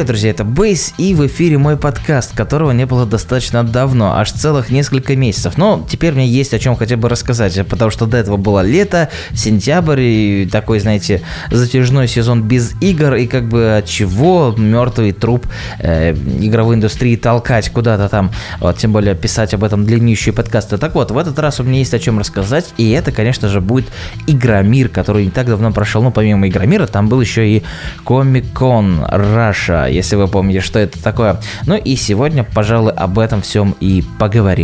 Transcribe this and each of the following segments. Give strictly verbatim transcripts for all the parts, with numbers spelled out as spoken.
Привет, друзья, это Бейс, и в эфире мой подкаст, которого не было достаточно давно, аж целых несколько месяцев. Но теперь мне есть о чем хотя бы рассказать, потому что до этого было лето, сентябрь, и такой, знаете, затяжной сезон без игр, и как бы от чего мертвый труп э, игровой индустрии толкать куда-то там, вот, тем более писать об этом длиннющие подкасты. Так вот, в этот раз у меня есть о чем рассказать, и это, конечно же, будет Игромир, который не так давно прошел. Ну, помимо Игромира, там был еще и Comic-Con Russia, если вы помните, что это такое. Ну и сегодня, пожалуй, об этом всем и поговорим.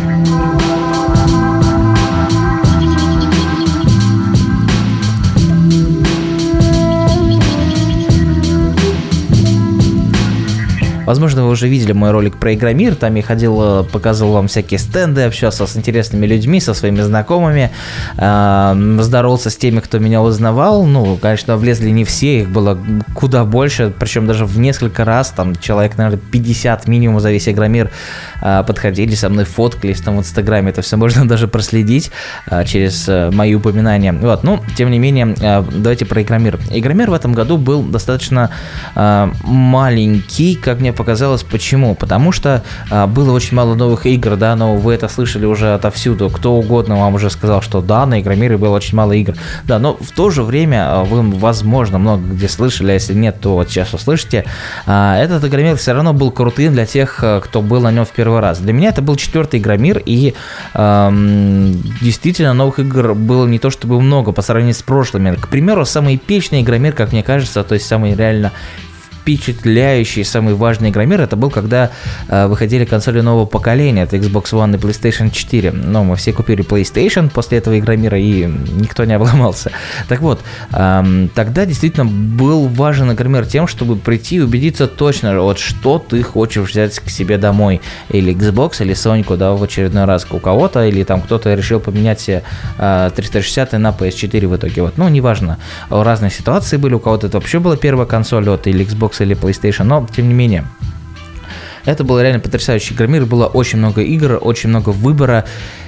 Возможно, вы уже видели мой ролик про Игромир, там я ходил, показывал вам всякие стенды, общался с интересными людьми, со своими знакомыми, э, здоровался с теми, кто меня узнавал. Ну, конечно, влезли не все, их было куда больше, причем даже в несколько раз, там человек, наверное, пятьдесят минимум за весь Игромир э, подходили, со мной фоткались там в Инстаграме, это все можно даже проследить э, через э, мои упоминания. Вот, ну, тем не менее, э, давайте про Игромир. Игромир в этом году был достаточно э, маленький, как мне показалось. Почему? Потому что а, было очень мало новых игр, да, но вы это слышали уже отовсюду, кто угодно вам уже сказал, что да, на Игромире было очень мало игр, да, но в то же время вы, возможно, много где слышали, а если нет, то вот сейчас услышите, а, этот Игромир все равно был крутым для тех, кто был на нем в первый раз. Для меня это был четвертый Игромир, и а, действительно новых игр было не то чтобы много по сравнению с прошлыми. К примеру, самый эпичный Игромир, как мне кажется, то есть самый реально впечатляющий, самый важный Игромир, это был, когда э, выходили консоли нового поколения, это Xbox One и PlayStation четыре. Но мы все купили PlayStation после этого Игромира, и никто не обломался. Так вот, э, тогда действительно был важен Игромир тем, чтобы прийти и убедиться точно, вот что ты хочешь взять к себе домой. Или Xbox, или Sony, да, в очередной раз у кого-то, или там кто-то решил поменять себе э, триста шестьдесят на пи эс четыре в итоге. Вот. Ну, неважно. Разные ситуации были, у кого-то это вообще была первая консоль, вот, или Xbox, или PlayStation, но тем не менее это был реально потрясающий Игромир, было очень много игр, очень много выбора,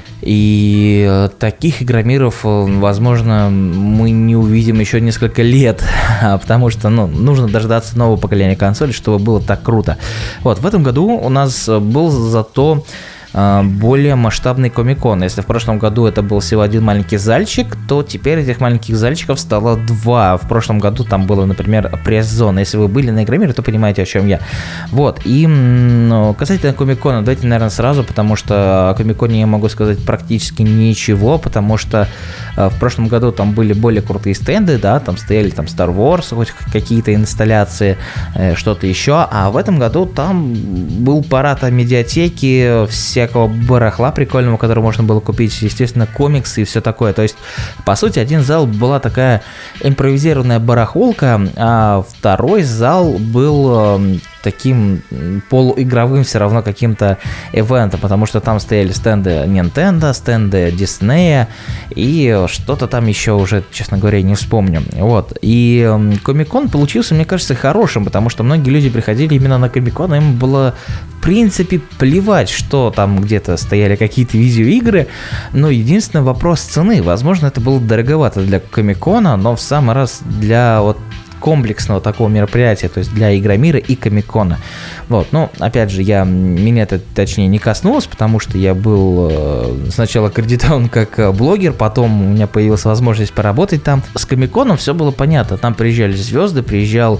и таких Игромиров, возможно, мы не увидим еще несколько лет, потому что, ну, нужно дождаться нового поколения консолей, чтобы было так круто. Вот, в этом году у нас был зато более масштабный Comic-Con. Если в прошлом году это был всего один маленький зальчик, то теперь этих маленьких зальчиков стало два. В прошлом году там было, например, пресс-зона. Если вы были на Игромире, то понимаете, о чем я. Вот. И ну, касательно Comic-Con, давайте, наверное, сразу, потому что о Comic-Con я могу сказать практически ничего, потому что э, в прошлом году там были более крутые стенды, да, там стояли там Star Wars, хоть какие-то инсталляции, э, что-то еще, а в этом году там был парад медиатеки, все всякого барахла прикольного, который можно было купить, естественно, комиксы и все такое. То есть, по сути, один зал была такая импровизированная барахолка, а второй зал был э, таким полуигровым все равно каким-то ивентом, потому что там стояли стенды Nintendo, стенды Disney и что-то там еще уже, честно говоря, не вспомню. Вот. И э, Comic-Con получился, мне кажется, хорошим, потому что многие люди приходили именно на Comic-Con, им было в принципе плевать, что там где-то стояли какие-то видеоигры, но единственный вопрос цены. Возможно, это было дороговато для Комик-Кона, но в самый раз для вот комплексного такого мероприятия, то есть для Игромира и Комик-Кона. Вот, ну, опять же, я, меня это, точнее, не коснулось, потому что я был э, сначала аккредитован как блогер, потом у меня появилась возможность поработать там. С Комик-Коном все было понятно, там приезжали звезды, приезжал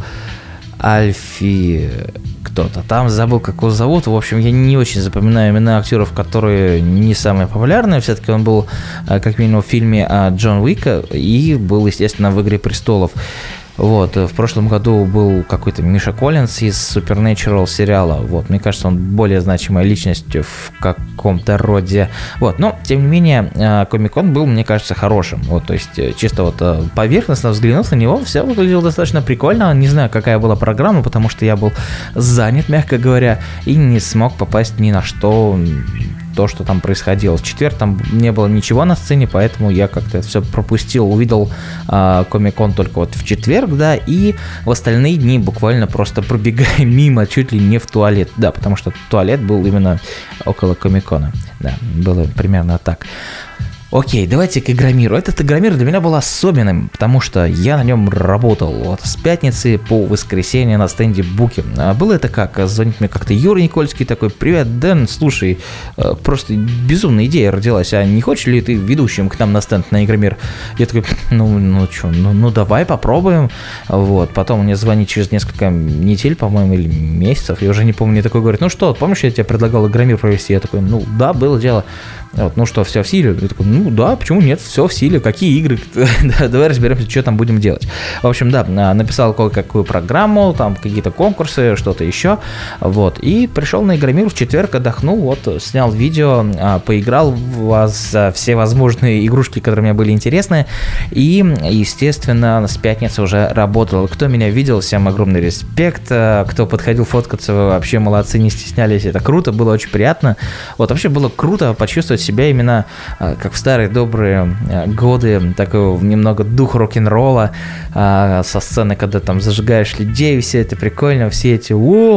Альфи кто-то, там забыл, как его зовут. В общем, я не очень запоминаю имена актеров, которые не самые популярные. Все-таки он был, как минимум, в фильме Джон Уика и был, естественно, в «Игре престолов». Вот, в прошлом году был какой-то Миша Коллинз из Supernatural сериала. Вот, мне кажется, он более значимая личность в каком-то роде. Вот, но, тем не менее, Comic-Con был, мне кажется, хорошим. Вот, то есть, чисто вот поверхностно взглянув на него, все выглядело достаточно прикольно. Не знаю, какая была программа, потому что я был занят, мягко говоря, и не смог попасть ни на что, то, что там происходило. В четверг там не было ничего на сцене, поэтому я как-то это все пропустил, увидел э, Comic-Con только вот в четверг, да, и в остальные дни буквально просто пробегая мимо, чуть ли не в туалет, да, потому что туалет был именно около Comic-Con, да, было примерно так. Окей, давайте к Игромиру. Этот Игромир для меня был особенным, потому что я на нем работал вот с пятницы по воскресенье на стенде Буки. А было это как? Звонит мне как-то Юра Никольский такой: привет, Дэн, слушай, просто безумная идея родилась, а не хочешь ли ты ведущим к нам на стенд на Игромир? Я такой, ну, ну что, ну, ну давай попробуем. Вот, потом мне звонит через несколько недель, по-моему, или месяцев, я уже не помню, мне такой говорит: ну что, помнишь, я тебе предлагал Игромир провести? Я такой, ну да, было дело. Вот, ну что, все в силе? Я такой, ну да, почему нет, все в силе, какие игры, давай разберемся, что там будем делать. В общем, да, написал кое-какую программу, там какие-то конкурсы, что-то еще, вот, и пришел на Игромир в четверг, отдохнул, вот, снял видео, поиграл в все возможные игрушки, которые мне были интересны, и, естественно, с пятницы уже работал. Кто меня видел, всем огромный респект, кто подходил фоткаться, вы вообще молодцы, не стеснялись, это круто, было очень приятно, вот, вообще было круто почувствовать себя именно как в старые добрые годы, такой немного дух рок-н-ролла, со сцены, когда там зажигаешь людей, все это прикольно, все эти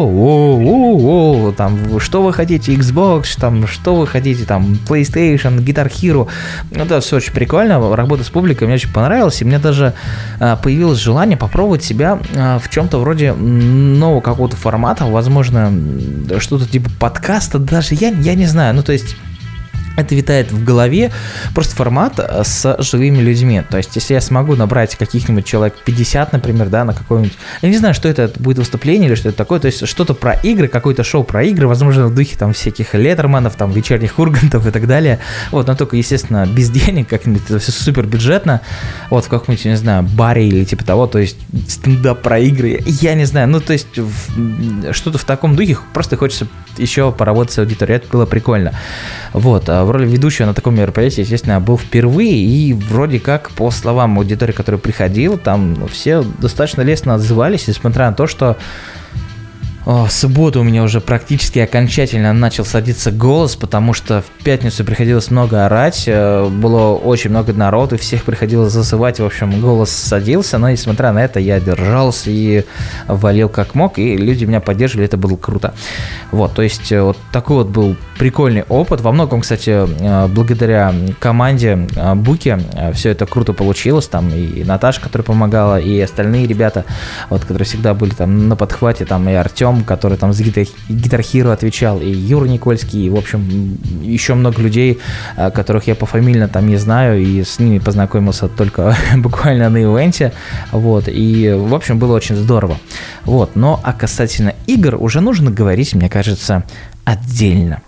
о-о-о-о, там, что вы хотите, Xbox, там, что вы хотите, там, PlayStation, Guitar Hero, это все очень прикольно, работа с публикой мне очень понравилась, и мне даже появилось желание попробовать себя в чем-то вроде нового какого-то формата, возможно, что-то типа подкаста, даже я, я не знаю, ну, то есть это витает в голове, просто формат с живыми людьми. То есть, если я смогу набрать каких-нибудь человек пятьдесят, например, да, на какой-нибудь... Я не знаю, что это будет, выступление или что это такое. То есть, что-то про игры, какое-то шоу про игры, возможно, в духе там всяких Леттерманов, там, вечерних Ургантов и так далее. Вот, но только, естественно, без денег, как-нибудь, это все супер бюджетно. Вот, в каком-нибудь, не знаю, баре или типа того. То есть, стендап про игры. Я не знаю, ну, то есть, в... что-то в таком духе. Просто хочется еще поработать с аудиторией. Это было прикольно. Вот, в роли ведущего на таком мероприятии, естественно, я был впервые, и вроде как, по словам аудитории, которая приходила, там все достаточно лестно отзывались, несмотря на то, что О, в субботу у меня уже практически окончательно начал садиться голос, потому что в пятницу приходилось много орать, было очень много народу, и всех приходилось зазывать, в общем, голос садился, но несмотря на это я держался и валил как мог, и люди меня поддерживали, это было круто. Вот, то есть вот такой вот был прикольный опыт, во многом, кстати, благодаря команде Буки все это круто получилось, там и Наташа, которая помогала, и остальные ребята, вот, которые всегда были там на подхвате, там и Артем, который там за Guitar Hero отвечал, и Юра Никольский, и, в общем, еще много людей, которых я пофамильно там не знаю, и с ними познакомился только буквально на ивенте, вот, и, в общем, было очень здорово, вот, но а касательно игр уже нужно говорить, мне кажется, отдельно.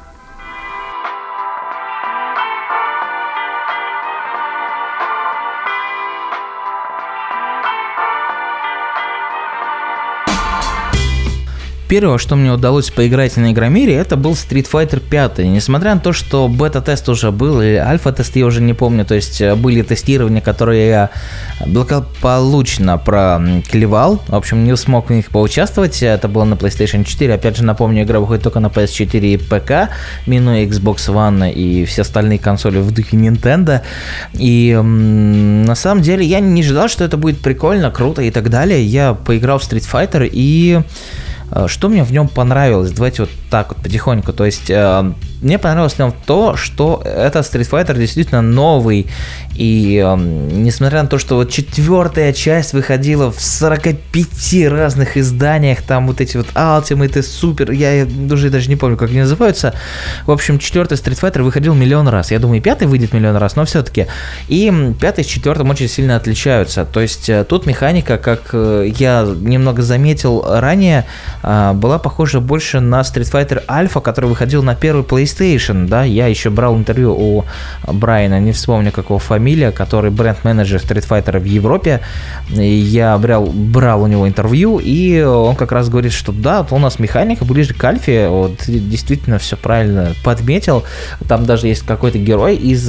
Первое, что мне удалось поиграть на Игромире, это был Street Fighter пять. Несмотря на то, что бета-тест уже был, или альфа-тест, я уже не помню, то есть были тестирования, которые я благополучно проклевал, в общем, не смог в них поучаствовать, это было на PlayStation четыре, опять же, напомню, игра выходит только на пи эс четыре и ПК, минуя Xbox One и все остальные консоли в духе Nintendo, и м- на самом деле я не ожидал, что это будет прикольно, круто и так далее. Я поиграл в Street Fighter, и что мне в нем понравилось? Давайте вот так вот потихоньку. То есть э, мне понравилось в нем то, что этот Street Fighter действительно новый. И э, несмотря на то, что вот четвертая часть выходила в сорока пяти разных изданиях, там вот эти вот Ultimate, Super, я уже даже не помню, как они называются. В общем, четвертый Street Fighter выходил миллион раз. Я думаю, и пятый выйдет миллион раз, но все-таки. И пятый с четвертым очень сильно отличаются. То есть тут механика, как я немного заметил ранее, была похожа больше на Street Fighter Alpha, который выходил на первый PlayStation, да, я еще брал интервью у Брайана, не вспомню какого фамилия, который бренд-менеджер Street Fighter в Европе, и я брал, брал у него интервью, и он как раз говорит, что да, у нас механика ближе к Альфе, вот, действительно все правильно подметил, там даже есть какой-то герой из...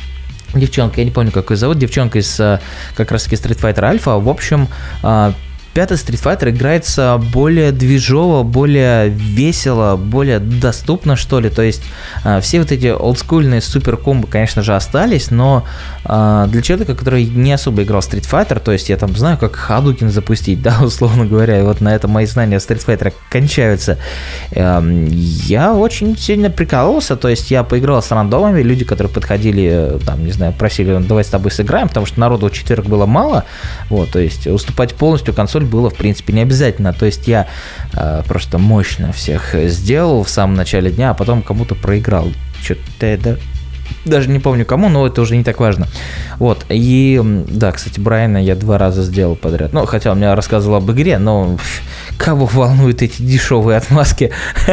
Девчонка, я не помню, как ее зовут, девчонка из как раз таки Street Fighter Alpha, в общем, пятый Street Fighter играется более движово, более весело, более доступно, что ли. То есть э, все вот эти олдскульные супер-комбо, конечно же, остались, но э, для человека, который не особо играл в Street Fighter, то есть я там знаю, как Хадукен запустить, да, условно говоря, и вот на этом мои знания Street Fighter кончаются. Э, я очень сильно прикололся, то есть я поиграл с рандомами, люди, которые подходили, там, не знаю, просили, давай с тобой сыграем, потому что народу в четверг было мало, вот, то есть уступать полностью консоль было, в принципе, не обязательно, то есть я э, просто мощно всех сделал в самом начале дня, а потом кому-то проиграл, что-то, да, даже не помню кому, но это уже не так важно. Вот, и, да, кстати, Брайана я два раза сделал подряд. Ну, хотя он мне рассказывал об игре, но кого волнуют эти дешевые отмазки?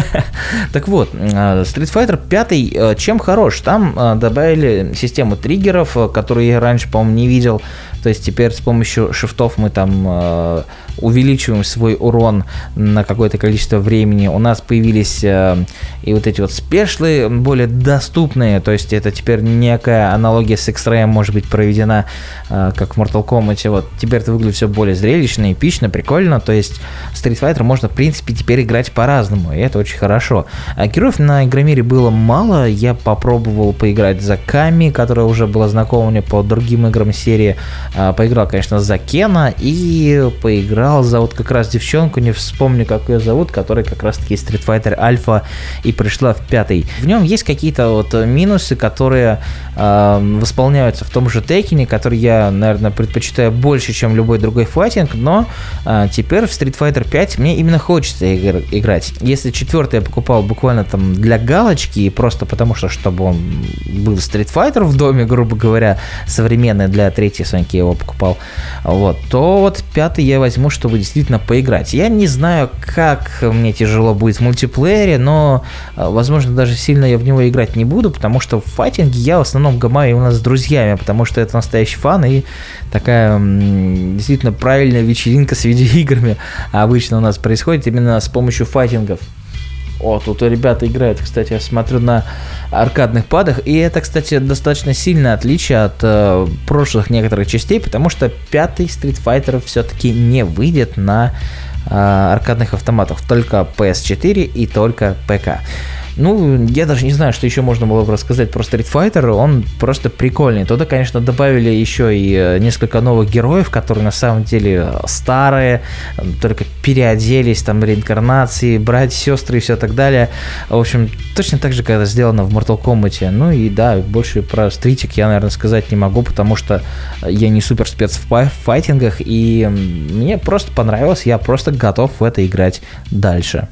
Так вот, Street Fighter пять чем хорош? Там добавили систему триггеров, которую я раньше, по-моему, не видел. То есть теперь с помощью шифтов мы там э, увеличиваем свой урон на какое-то количество времени. У нас появились э, и вот эти вот спешлы более доступные. То есть это теперь некая аналогия с X-Ray может быть проведена, э, как в Mortal Kombat. Вот теперь это выглядит все более зрелищно, эпично, прикольно. То есть Street Fighter можно, в принципе, теперь играть по-разному. И это очень хорошо. А героев на Игромире было мало. Я попробовал поиграть за Ками, которая уже была знакома мне по другим играм серии. Поиграл, конечно, за Кена и поиграл за вот как раз девчонку, не вспомню, как ее зовут, которая как раз-таки из Street Fighter Alpha и пришла в пятый. В нем есть какие-то вот минусы, которые э, восполняются в том же Теккене, который я, наверное, предпочитаю больше, чем любой другой файтинг, но э, теперь в Street Fighter пять мне именно хочется игр- играть. Если четвертый я покупал буквально там для галочки и просто потому что, чтобы он был Street Fighter в доме, грубо говоря, современный для третьей Соньки его покупал, вот, то вот пятый я возьму, чтобы действительно поиграть. Я не знаю, как мне тяжело будет в мультиплеере, но, возможно, даже сильно я в него играть не буду, потому что в файтинге я в основном гамаю у нас с друзьями, потому что это настоящий фан и такая действительно правильная вечеринка с видеоиграми обычно у нас происходит именно с помощью файтингов. О, тут ребята играют, кстати, я смотрю на аркадных падах, и это, кстати, достаточно сильное отличие от э, прошлых некоторых частей, потому что пятый Street Fighter все-таки не выйдет на э, аркадных автоматах, только пи эс четыре и только ПК. Ну, я даже не знаю, что еще можно было бы рассказать про Street Fighter, он просто прикольный. Туда, конечно, добавили еще и несколько новых героев, которые на самом деле старые, только переоделись, там реинкарнации, братья, сестры и все так далее. В общем, точно так же, как это сделано в Mortal Kombat. Ну и да, больше про стритик я, наверное, сказать не могу, потому что я не супер спец в файтингах, и мне просто понравилось, я просто готов в это играть дальше.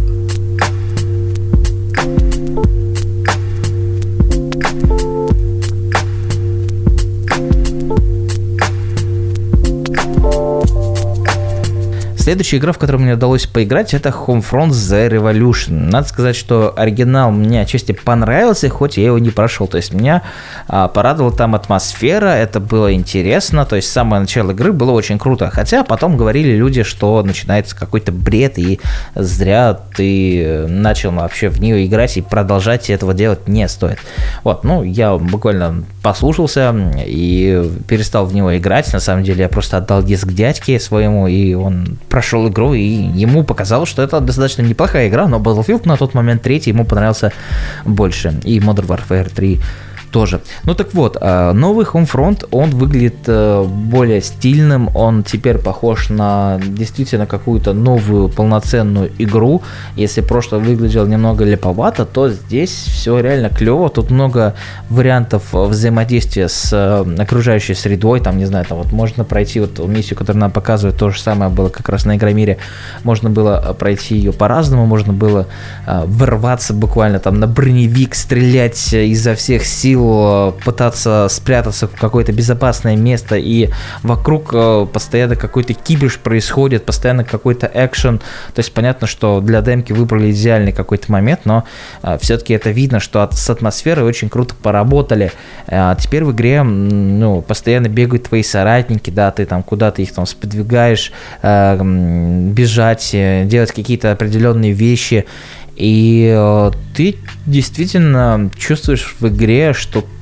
Следующая игра, в которую мне удалось поиграть, это Homefront The Revolution. Надо сказать, что оригинал мне отчасти понравился, хоть я его не прошел. То есть меня а, порадовала там атмосфера, это было интересно. То есть самое начало игры было очень круто. Хотя потом говорили люди, что начинается какой-то бред, и зря ты начал вообще в нее играть, и продолжать этого делать не стоит. Вот, ну, я буквально послушался и перестал в него играть. На самом деле я просто отдал диск дядьке своему, и он прошел игру, и ему показалось, что это достаточно неплохая игра, но Battlefield на тот момент третий ему понравился больше, и Modern Warfare три тоже. Ну так вот, новый Homefront, он выглядит более стильным, он теперь похож на действительно какую-то новую полноценную игру. Если прошлое выглядело немного леповато, то здесь все реально клево, тут много вариантов взаимодействия с окружающей средой, там, не знаю, там вот можно пройти вот миссию, которую нам показывают, то же самое было как раз на Игромире, можно было пройти ее по-разному, можно было ворваться буквально там на броневик, стрелять изо всех сил, пытаться спрятаться в какое-то безопасное место, и вокруг постоянно какой-то кибиш происходит, постоянно какой-то экшен. То есть понятно, что для демки выбрали идеальный какой-то момент, но все-таки это видно, что от, с атмосферой очень круто поработали. А теперь в игре, ну, постоянно бегают твои соратники, да, ты там куда-то их там сподвигаешь, э, бежать, делать какие-то определенные вещи. И э, ты действительно чувствуешь в игре, что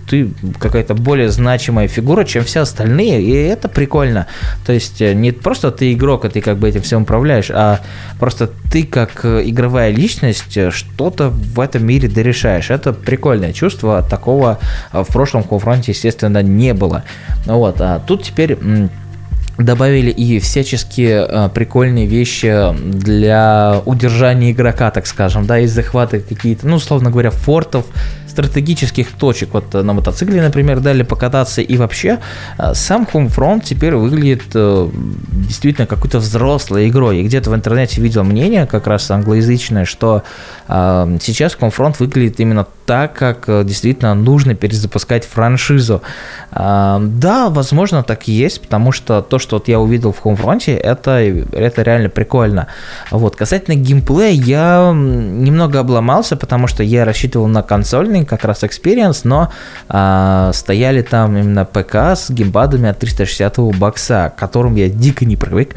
ты какая-то более значимая фигура, чем все остальные, и это прикольно. То есть не просто ты игрок, и ты как бы этим всем управляешь, а просто ты как игровая личность что-то в этом мире дорешаешь. Это прикольное чувство, такого в прошлом Homefront, естественно, не было. Вот, а тут теперь добавили и всяческие э, прикольные вещи для удержания игрока, так скажем, да, и захвата какие-то, ну, условно говоря, фортов, стратегических точек. Вот на мотоцикле, например, дали покататься, и вообще э, сам Homefront теперь выглядит э, действительно какой-то взрослой игрой. И где-то в интернете видел мнение, как раз англоязычное, что э, сейчас Homefront выглядит именно так, как э, действительно нужно перезапускать франшизу. Э, да, возможно, так и есть, потому что то, что вот я увидел в Homefront, это, это реально прикольно. Вот. Касательно геймплея, я немного обломался, потому что я рассчитывал на консольный как раз experience, но э, стояли там именно ПК с геймпадами от триста шестидесятого бокса, к которым я дико не привык,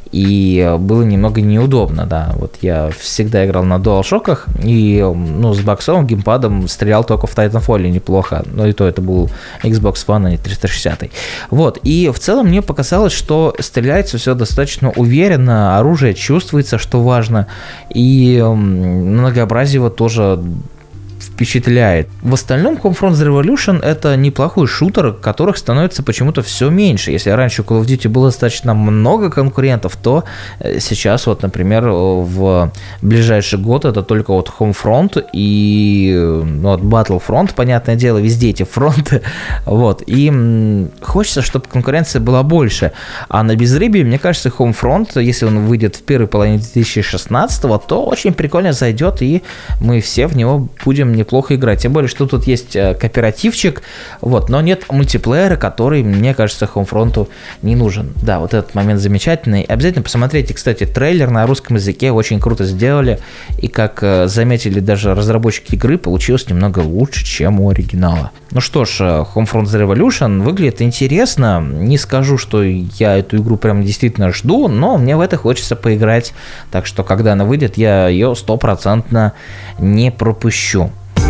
и было немного неудобно, да. Вот я всегда играл на DualShock'ах, и, ну, с боксовым геймпадом стрелял только в Titanfall неплохо, но и то это был Xbox One, а не триста шестидесятый. Вот, и в целом мне показалось, что стреляется все достаточно уверенно, оружие чувствуется, что важно, и многообразие его тоже впечатляет. В остальном Homefront The Revolution это неплохой шутер, которых становится почему-то все меньше. Если раньше у Call of Duty было достаточно много конкурентов, то сейчас вот, например, в ближайший год это только вот Homefront и ну, вот Battlefront, понятное дело, везде эти фронты. Вот. И м- хочется, чтобы конкуренция была больше. А на безрыбье, мне кажется, Homefront, если он выйдет в первой половине две тысячи шестнадцатого, то очень прикольно зайдет, и мы все в него будем неплохо играть. Тем более, что тут есть кооперативчик, вот, но нет мультиплеера, который, мне кажется, Homefront'у не нужен. Да, вот этот момент замечательный. Обязательно посмотрите, кстати, трейлер на русском языке, очень круто сделали, и, как заметили даже разработчики игры, получилось немного лучше, чем у оригинала. Ну что ж, Homefront The Revolution выглядит интересно. Не скажу, что я эту игру прям действительно жду, но мне в это хочется поиграть. Так что, когда она выйдет, я ее стопроцентно не пропущу.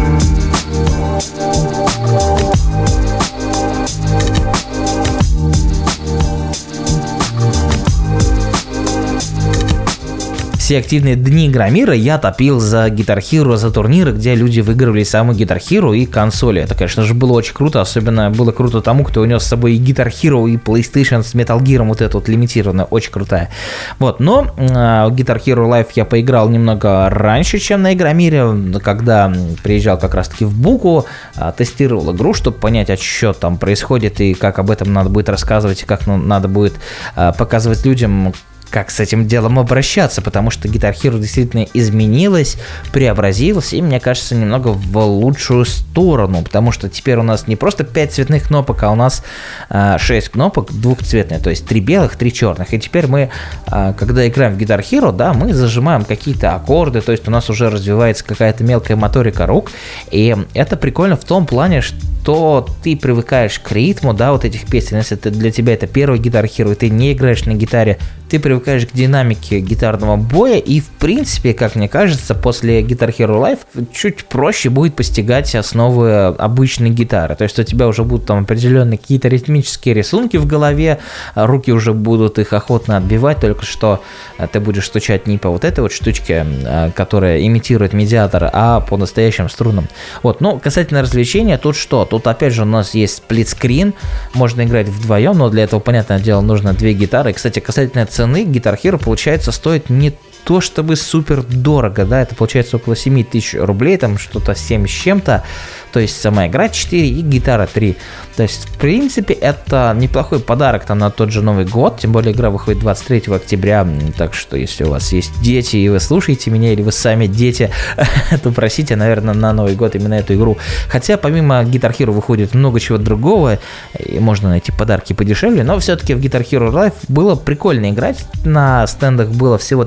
Все активные дни Игромира я топил за Guitar Hero, за турниры, где люди выигрывали саму Guitar Hero и консоли. Это, конечно же, было очень круто. Особенно было круто тому, кто унес с собой и Guitar Hero, и PlayStation с Metal Gear, вот эта вот лимитированная, очень крутая. Вот, но э, Guitar Hero Live я поиграл немного раньше, чем на Игромире, когда приезжал как раз-таки в Буку, э, тестировал игру, чтобы понять, а что там происходит, и как об этом надо будет рассказывать, и как ну, надо будет э, показывать людям, как с этим делом обращаться, потому что Guitar Hero действительно изменилась, преобразилась, и, мне кажется, немного в лучшую сторону, потому что теперь у нас не просто пять цветных кнопок, а у нас э, шесть кнопок двухцветные, то есть три белых, три черных, и теперь мы, э, когда играем в Guitar Hero, да, мы зажимаем какие-то аккорды, то есть у нас уже развивается какая-то мелкая моторика рук, и это прикольно в том плане, что то ты привыкаешь к ритму, да, вот этих песен. Если ты, для тебя это первый Guitar Hero, и ты не играешь на гитаре, ты привыкаешь к динамике гитарного боя, и, в принципе, как мне кажется, после Guitar Hero Live чуть проще будет постигать основы обычной гитары. То есть у тебя уже будут там определенные какие-то ритмические рисунки в голове, руки уже будут их охотно отбивать, только что ты будешь стучать не по вот этой вот штучке, которая имитирует медиатор, а по настоящим струнам. Вот, но касательно развлечения, тут что? Тут опять же у нас есть сплитскрин, можно играть вдвоем, но для этого, понятное дело, нужно две гитары. И, кстати, касательно цены, Guitar Hero, получается, стоит не то чтобы супер дорого, да, это получается около семь тысяч рублей, там что-то семь с чем-то, то есть сама игра четыре и гитара три. То есть, в принципе, это неплохой подарок там на тот же Новый год, тем более игра выходит двадцать третьего октября, так что если у вас есть дети и вы слушаете меня, или вы сами дети, то просите, наверное, на Новый год именно эту игру. Хотя помимо Guitar Hero выходит много чего другого, и можно найти подарки подешевле, но все-таки в Guitar Hero Live было прикольно играть, на стендах было всего три песни,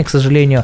к сожалению,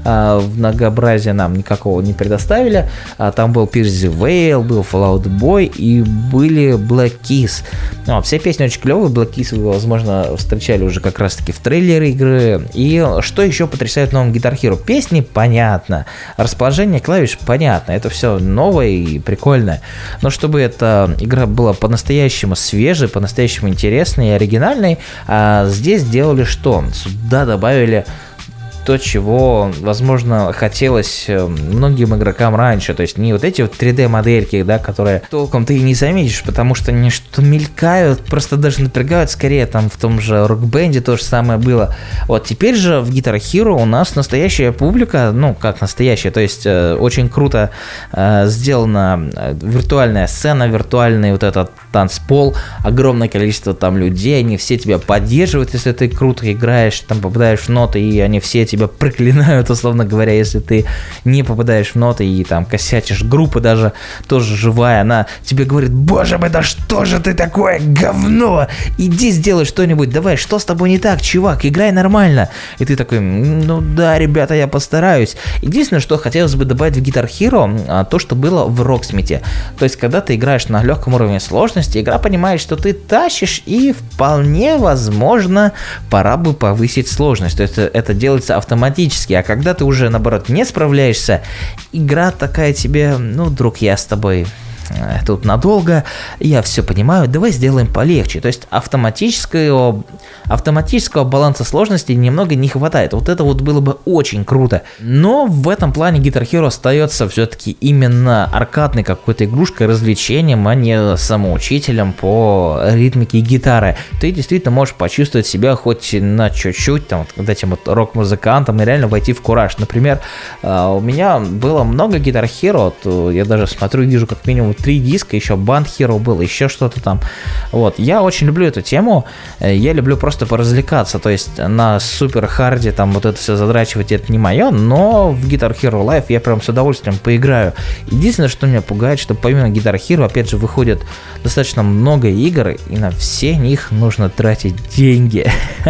в многообразие нам никакого не предоставили. Там был Pierce the Veil, был Fall Out Boy и были Black Keys. Ну, все песни очень клевые, Black Keys вы, возможно, встречали уже как раз-таки в трейлере игры. И что еще потрясает в новом Guitar Hero? Песни понятно, расположение клавиш понятно, это все новое и прикольное. Но чтобы эта игра была по-настоящему свежей, по-настоящему интересной и оригинальной, а здесь сделали что? Сюда добавили то, чего, возможно, хотелось многим игрокам раньше. То есть не вот эти вот три дэ-модельки, да, которые толком ты и не заметишь, потому что они что мелькают, просто даже напрягают. Скорее, там в том же Рок-бенде то же самое было. Вот теперь же в Guitar Hero у нас настоящая публика, ну, как настоящая, то есть э, очень круто э, сделана виртуальная сцена, виртуальный вот этот танцпол, огромное количество там людей, они все тебя поддерживают, если ты круто играешь, там попадаешь в ноты, и они все тебя проклинают, условно говоря, если ты не попадаешь в ноты и там косячишь. Группа даже тоже живая, она тебе говорит: боже мой, да что же ты такое говно, иди сделай что-нибудь, давай, что с тобой не так, чувак, играй нормально. И ты такой: ну да, ребята, я постараюсь. Единственное, что хотелось бы добавить в Guitar Hero, то, что было в Rocksmith. То есть, когда ты играешь на легком уровне сложности, игра понимает, что ты тащишь, и вполне возможно пора бы повысить сложность. То есть это делается автоматически, а когда ты уже, наоборот, не справляешься, игра такая тебе: ну, друг, я с тобой тут надолго, я все понимаю, давай сделаем полегче. То есть автоматического, автоматического баланса сложности немного не хватает. Вот это вот было бы очень круто. Но в этом плане Guitar Hero остается все-таки именно аркадной какой-то игрушкой, развлечением, а не самоучителем по ритмике гитары. Ты действительно можешь почувствовать себя хоть на чуть-чуть, там, вот этим вот рок-музыкантом, и реально войти в кураж. Например, у меня было много Guitar Hero, вот, я даже смотрю, вижу как минимум три диска, еще Band Hero был, еще что-то там. Вот, я очень люблю эту тему, я люблю просто поразвлекаться, то есть на супер харде там вот это все задрачивать, это не мое, но в Guitar Hero Live я прям с удовольствием поиграю. Единственное, что меня пугает, что помимо Guitar Hero, опять же, выходит достаточно много игр, и на все них нужно тратить деньги.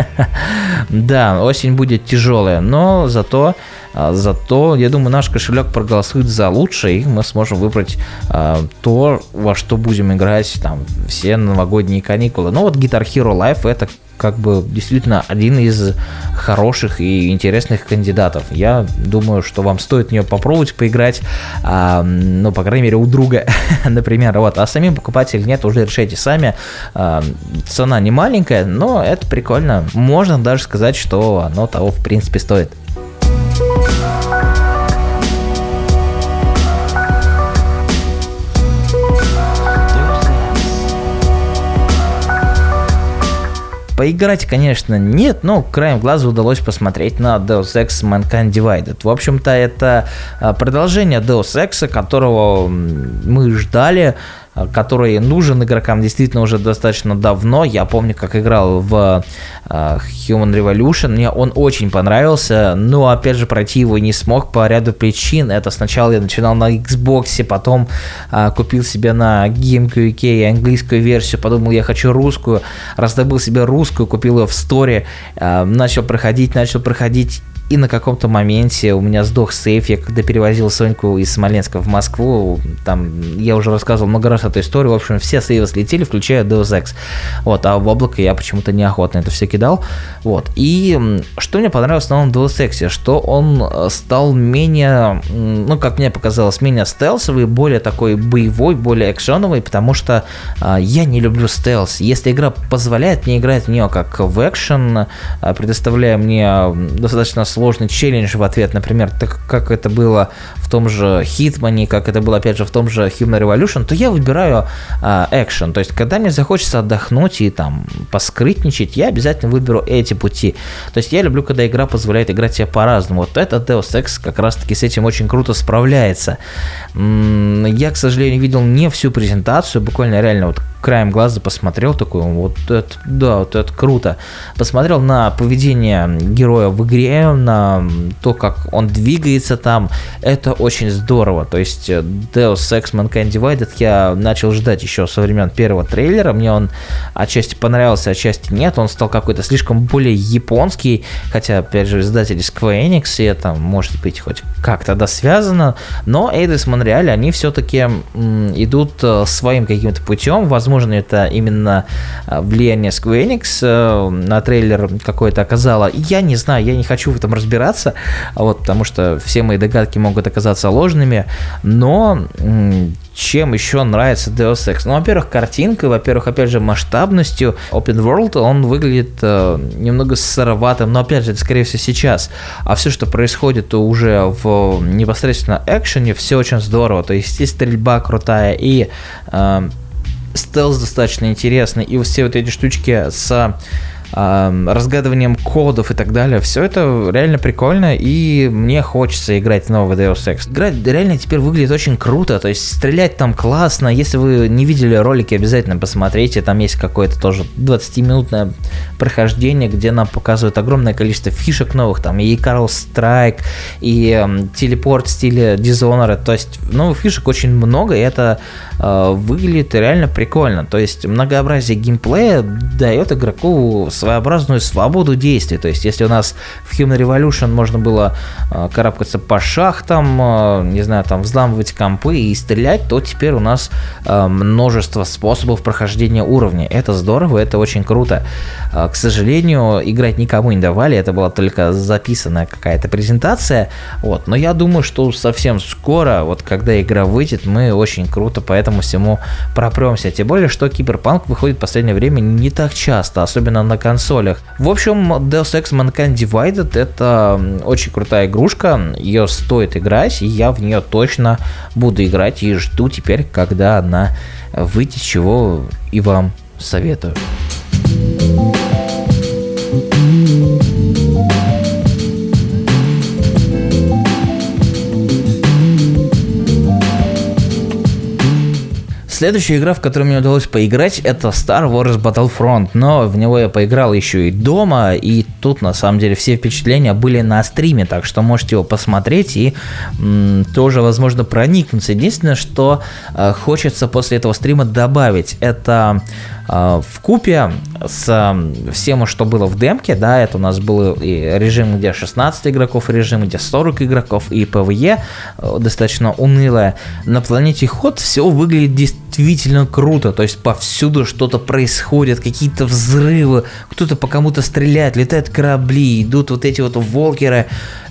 Да, осень будет тяжелая, но зато Зато, я думаю, наш кошелек проголосует за лучшее, и мы сможем выбрать э, то, во что будем играть там все новогодние каникулы. Но вот Guitar Hero Live — это как бы действительно один из хороших и интересных кандидатов. Я думаю, что вам стоит в нее попробовать поиграть, э, ну, по крайней мере, у друга, например. Вот. А самим покупать или нет, уже решайте сами. Э, цена не маленькая, но это прикольно. Можно даже сказать, что оно того, в принципе, стоит. Поиграть, конечно, нет, но краем глаза удалось посмотреть на Deus Ex Mankind Divided. В общем-то, это продолжение Deus Ex, которого мы ждали, который нужен игрокам действительно уже достаточно давно. Я помню, как играл в uh, Human Revolution, мне он очень понравился, но опять же пройти его не смог по ряду причин. Это сначала я начинал на Xbox, потом uh, купил себе на GameCube ю кей английскую версию, подумал, я хочу русскую, раздобыл себе русскую, купил ее в сторе, uh, начал проходить, начал проходить. И на каком-то моменте у меня сдох сейф, я когда перевозил Соньку из Смоленска в Москву, там, я уже рассказывал много раз эту историю, в общем, все сейвы слетели, включая Deus Ex, вот, а в облако я почему-то неохотно это все кидал, вот, и что мне понравилось в новом Deus Ex, что он стал менее, ну, как мне показалось, менее стелсовый, более такой боевой, более экшоновый, потому что а, я не люблю стелс, если игра позволяет мне играть в нее как в экшен, предоставляя мне достаточно сложный челлендж в ответ, например, так как это было в том же Hitman, как это было, опять же, в том же Human Revolution, то я выбираю экшен. То есть, когда мне захочется отдохнуть и там поскрытничать, я обязательно выберу эти пути. То есть, я люблю, когда игра позволяет играть себе по-разному. Вот этот Deus Ex как раз-таки с этим очень круто справляется. Я, к сожалению, видел не всю презентацию, буквально реально вот краем глаза посмотрел, такой, вот это, да, вот это круто. Посмотрел на поведение героя в игре, на то, как он двигается там, это очень здорово. То есть Deus Ex Mankind Divided я начал ждать еще со времен первого трейлера, мне он отчасти понравился, отчасти нет, он стал какой-то слишком более японский, хотя, опять же, издатели Square Enix, и это может быть хоть как-то да связано, но Eidos Montreal, они все-таки м, идут э, своим каким-то путем, возможно, это именно э, влияние Square Enix э, на трейлер какое-то оказало, я не знаю, я не хочу в этом разбираться, вот, потому что все мои догадки могут оказаться ложными, но м, чем еще нравится Deus Ex? Ну, во-первых, картинкой, во-первых, опять же, масштабностью. Open World, он выглядит э, немного сыроватым, но, опять же, это, скорее всего, сейчас. А все, что происходит уже в непосредственно экшене, все очень здорово. То есть и стрельба крутая, и э, стелс достаточно интересный, и все вот эти штучки с разгадыванием кодов и так далее. Все это реально прикольно, и мне хочется играть в новый Deus Ex. Игра реально теперь выглядит очень круто, то есть стрелять там классно. Если вы не видели ролики, обязательно посмотрите. Там есть какое-то тоже двадцатиминутное прохождение, где нам показывают огромное количество фишек новых. Там и Carl Strike, и эм, телепорт в стиле Dishonored. То есть новых фишек очень много, и это э, выглядит реально прикольно. То есть многообразие геймплея дает игроку своеобразную свободу действий. То есть, если у нас в Human Revolution можно было э, карабкаться по шахтам, э, не знаю, там взламывать компы и стрелять, то теперь у нас э, множество способов прохождения уровня. Это здорово, это очень круто. Э, к сожалению, играть никому не давали, это была только записанная какая-то презентация. Вот. Но я думаю, что совсем скоро, вот когда игра выйдет, мы очень круто по этому всему пропремся. Тем более, что Киберпанк выходит в последнее время не так часто, особенно на консолях. В общем, Deus Ex Mankind Divided — это очень крутая игрушка, ее стоит играть, и я в нее точно буду играть, и жду теперь, когда она выйдет, чего и вам советую. Следующая игра, в которую мне удалось поиграть, это Star Wars Battlefront, но в него я поиграл еще и дома, и тут на самом деле все впечатления были на стриме, так что можете его посмотреть и м, тоже, возможно, проникнуться. Единственное, что э, хочется после этого стрима добавить, это э, вкупе с э, всем, что было в демке, да, это у нас был и режим, где шестнадцать игроков, и режим, где сорок игроков, и PvE э, достаточно унылое. На планете Ход все выглядит действительно действительно круто, то есть повсюду что-то происходит, какие-то взрывы, кто-то по кому-то стреляет, летают корабли, идут вот эти вот волкеры.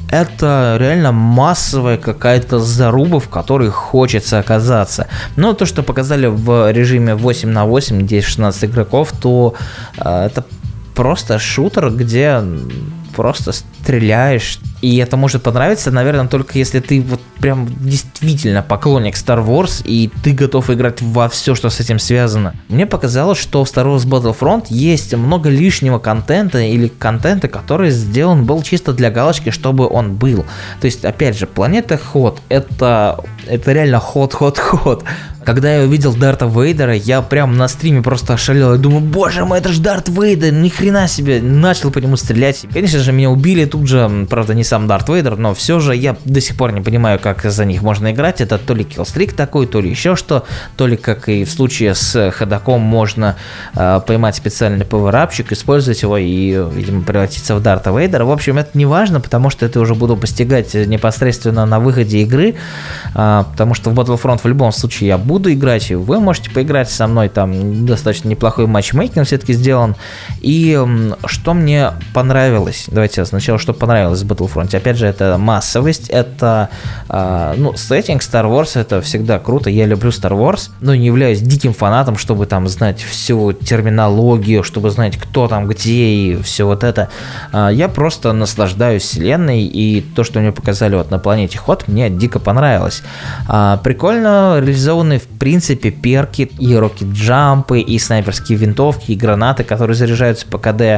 Это реально массовая какая-то заруба, в которой хочется оказаться. Но то, что показали в режиме восемь на восемь, где есть шестнадцать игроков, то э, это просто шутер, где просто стреляешь. И это может понравиться, наверное, только если ты вот прям действительно поклонник Star Wars и ты готов играть во все, что с этим связано. Мне показалось, что в Star Wars Battlefront есть много лишнего контента или контента, который сделан был чисто для галочки, чтобы он был. То есть, опять же, планета Ход, это, это реально ход-ход-ход. Когда я увидел Дарта Вейдера, я прям на стриме просто ошалел. Я думаю, боже мой, это же Дарт Вейдер, ни хрена себе. Начал по нему стрелять. Конечно же, меня убили тут же, правда, не сам Дарт Вейдер, но все же я до сих пор не понимаю, как за них можно играть. Это то ли киллстрик такой, то ли еще что, то ли, как и в случае с ходоком, можно э, поймать специальный пауэрапчик, использовать его и, видимо, превратиться в Дарта Вейдера. В общем, это не важно, потому что это уже буду постигать непосредственно на выходе игры, э, потому что в Battlefront в любом случае я буду буду играть, и вы можете поиграть со мной, там достаточно неплохой матчмейкинг все-таки сделан. И что мне понравилось, давайте сначала, что понравилось в Battlefront, опять же, это массовость, это, э, ну, сеттинг Star Wars, это всегда круто, я люблю Star Wars, но не являюсь диким фанатом, чтобы там знать всю терминологию, чтобы знать, кто там где и все вот это. Э, я просто наслаждаюсь вселенной, и то, что мне показали вот на планете Ход, мне дико понравилось. Э, прикольно реализованный в принципе перки, и рокет-джампы, и снайперские винтовки, и гранаты, которые заряжаются по КД.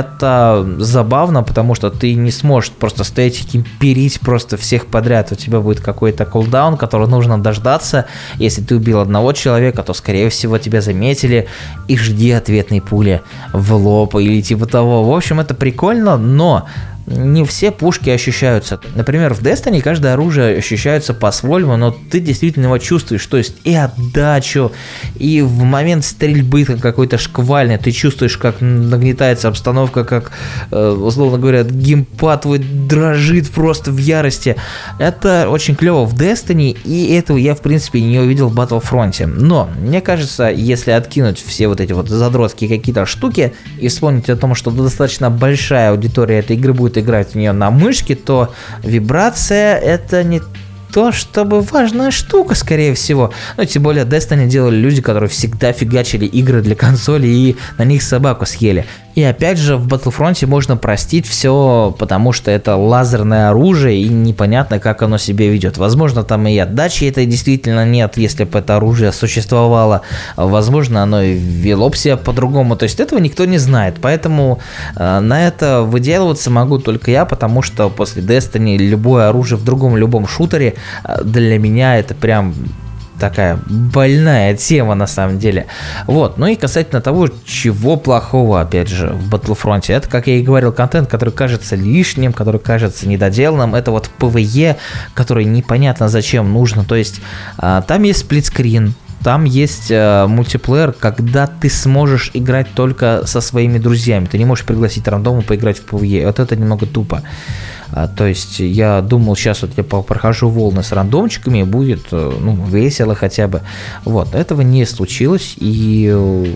Это забавно, потому что ты не сможешь просто стоять и кемперить просто всех подряд. У тебя будет какой-то кулдаун, который нужно дождаться. Если ты убил одного человека, то, скорее всего, тебя заметили, и жди ответной пули в лоб или типа того. В общем, это прикольно, но не все пушки ощущаются. Например, в Destiny каждое оружие ощущается по-своему, но ты действительно его чувствуешь. То есть и отдачу, и в момент стрельбы какой-то шквальный ты чувствуешь, как нагнетается обстановка, как, условно говоря, геймпад твой дрожит просто в ярости. Это очень клево в Destiny, и этого я, в принципе, не увидел в Battlefront. Но, мне кажется, если откинуть все вот эти вот задротские какие-то штуки и вспомнить о том, что достаточно большая аудитория этой игры будет играть в нее на мышке, то вибрация — это не то чтобы важная штука, скорее всего. Ну, тем более Destiny делали люди, которые всегда фигачили игры для консоли и на них собаку съели. И опять же, в Battlefront можно простить все, потому что это лазерное оружие, и непонятно, как оно себя ведет. Возможно, там и отдачи этой действительно нет, если бы это оружие существовало. Возможно, оно и вело бы себя по-другому. То есть этого никто не знает. Поэтому э, на это выделываться могу только я, потому что после Destiny любое оружие в другом любом шутере э, для меня это прям такая больная тема на самом деле. Вот. Ну и касательно того, чего плохого, опять же, в Battlefront, это, как я и говорил, контент, который кажется лишним, который кажется недоделанным, это вот ПВЕ, который непонятно зачем нужно. То есть а, там есть сплитскрин, там есть э, мультиплеер, когда ты сможешь играть только со своими друзьями. Ты не можешь пригласить рандома поиграть в ПВЕ. Вот это немного тупо. А, то есть я думал, сейчас вот я прохожу волны с рандомчиками, будет ну, весело хотя бы. Вот, этого не случилось. И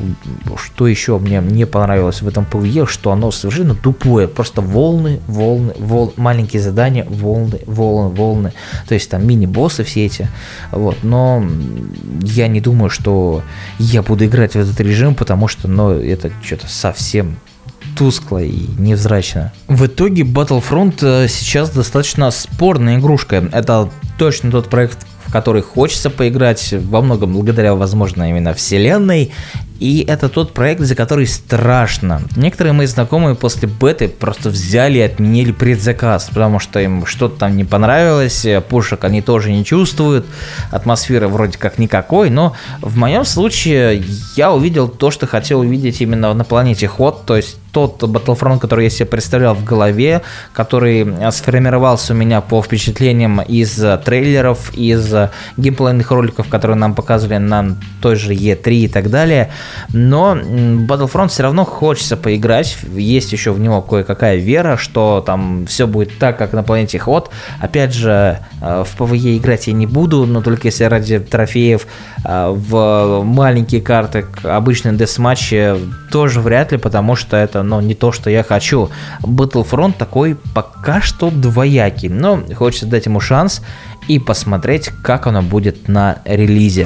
что еще мне не понравилось в этом ПВЕ, что оно совершенно тупое. Просто волны, волны, волны, маленькие задания, волны, волны, волны. То есть там мини-боссы все эти. Вот, но я не думаю, что я буду играть в этот режим, потому что ну, это что-то совсем тускло и невзрачно. В итоге Battlefront сейчас достаточно спорная игрушка. Это точно тот проект, в который хочется поиграть, во многом благодаря, возможно, именно вселенной. И это тот проект, за который страшно. Некоторые мои знакомые после беты просто взяли и отменили предзаказ, потому что им что-то там не понравилось, пушек они тоже не чувствуют, атмосферы вроде как никакой, но в моем случае я увидел то, что хотел увидеть именно на планете Ход, то есть тот Battlefront, который я себе представлял в голове, который сформировался у меня по впечатлениям из трейлеров, из геймплейных роликов, которые нам показывали на той же и три и так далее. Но Battlefront все равно хочется поиграть, есть еще в него кое-какая вера, что там все будет так, как на планете Ход. Опять же, в ПВЕ играть я не буду, но только если ради трофеев. В маленькие карты, обычные десматчи тоже вряд ли, потому что это ну, не то, что я хочу. Battlefront такой пока что двоякий, но хочется дать ему шанс и посмотреть, как оно будет на релизе.